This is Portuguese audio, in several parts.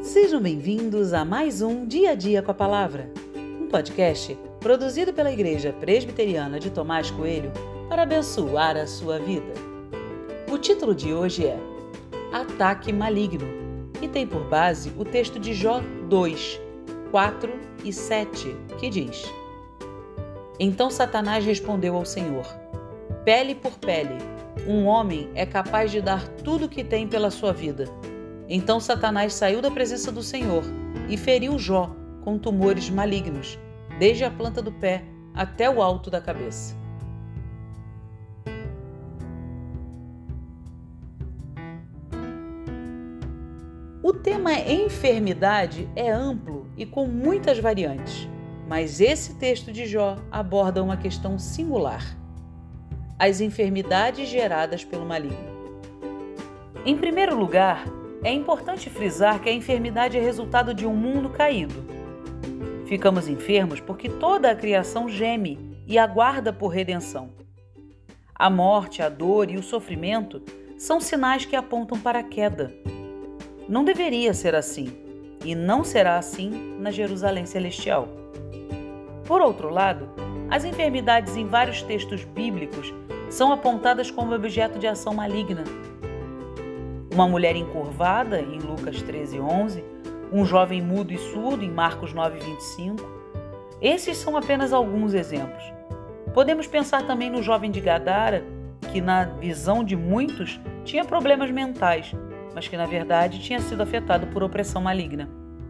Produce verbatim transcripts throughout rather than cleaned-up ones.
Sejam bem-vindos a mais um Dia a Dia com a Palavra, um podcast produzido pela Igreja Presbiteriana de Tomás Coelho para abençoar a sua vida. O título de hoje é Ataque Maligno e tem por base o texto de Jó dois, quatro e sete, que diz: Então Satanás respondeu ao Senhor: Pele por pele, um homem é capaz de dar tudo o que tem pela sua vida. Então Satanás saiu da presença do Senhor e feriu Jó com tumores malignos, desde a planta do pé até o alto da cabeça. O tema enfermidade é amplo e com muitas variantes, mas esse texto de Jó aborda uma questão singular: as enfermidades geradas pelo maligno. Em primeiro lugar, é importante frisar que a enfermidade é resultado de um mundo caído. Ficamos enfermos porque toda a criação geme e aguarda por redenção. A morte, a dor e o sofrimento são sinais que apontam para a queda. Não deveria ser assim, e não será assim na Jerusalém Celestial. Por outro lado, as enfermidades em vários textos bíblicos são apontadas como objeto de ação maligna. Uma mulher encurvada, em Lucas treze, onze, um jovem mudo e surdo, em Marcos nove, vinte e cinco. Esses são apenas alguns exemplos. Podemos pensar também no jovem de Gadara, que na visão de muitos tinha problemas mentais, mas que na verdade tinha sido afetado por opressão maligna.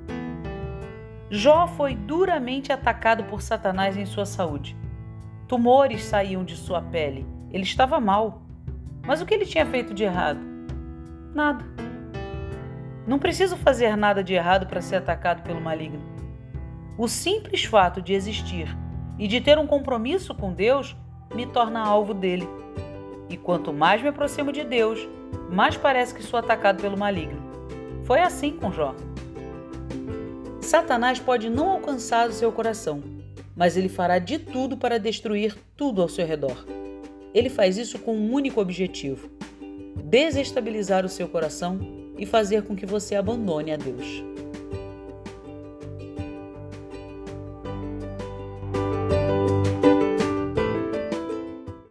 Jó foi duramente atacado por Satanás em sua saúde. Tumores saíam de sua pele, ele estava mal. Mas o que ele tinha feito de errado? Nada. Não preciso fazer nada de errado para ser atacado pelo maligno. O simples fato de existir e de ter um compromisso com Deus me torna alvo dele. E quanto mais me aproximo de Deus, mais parece que sou atacado pelo maligno. Foi assim com Jó. Satanás pode não alcançar o seu coração, mas ele fará de tudo para destruir tudo ao seu redor. Ele faz isso com um único objetivo: desestabilizar o seu coração e fazer com que você abandone a Deus.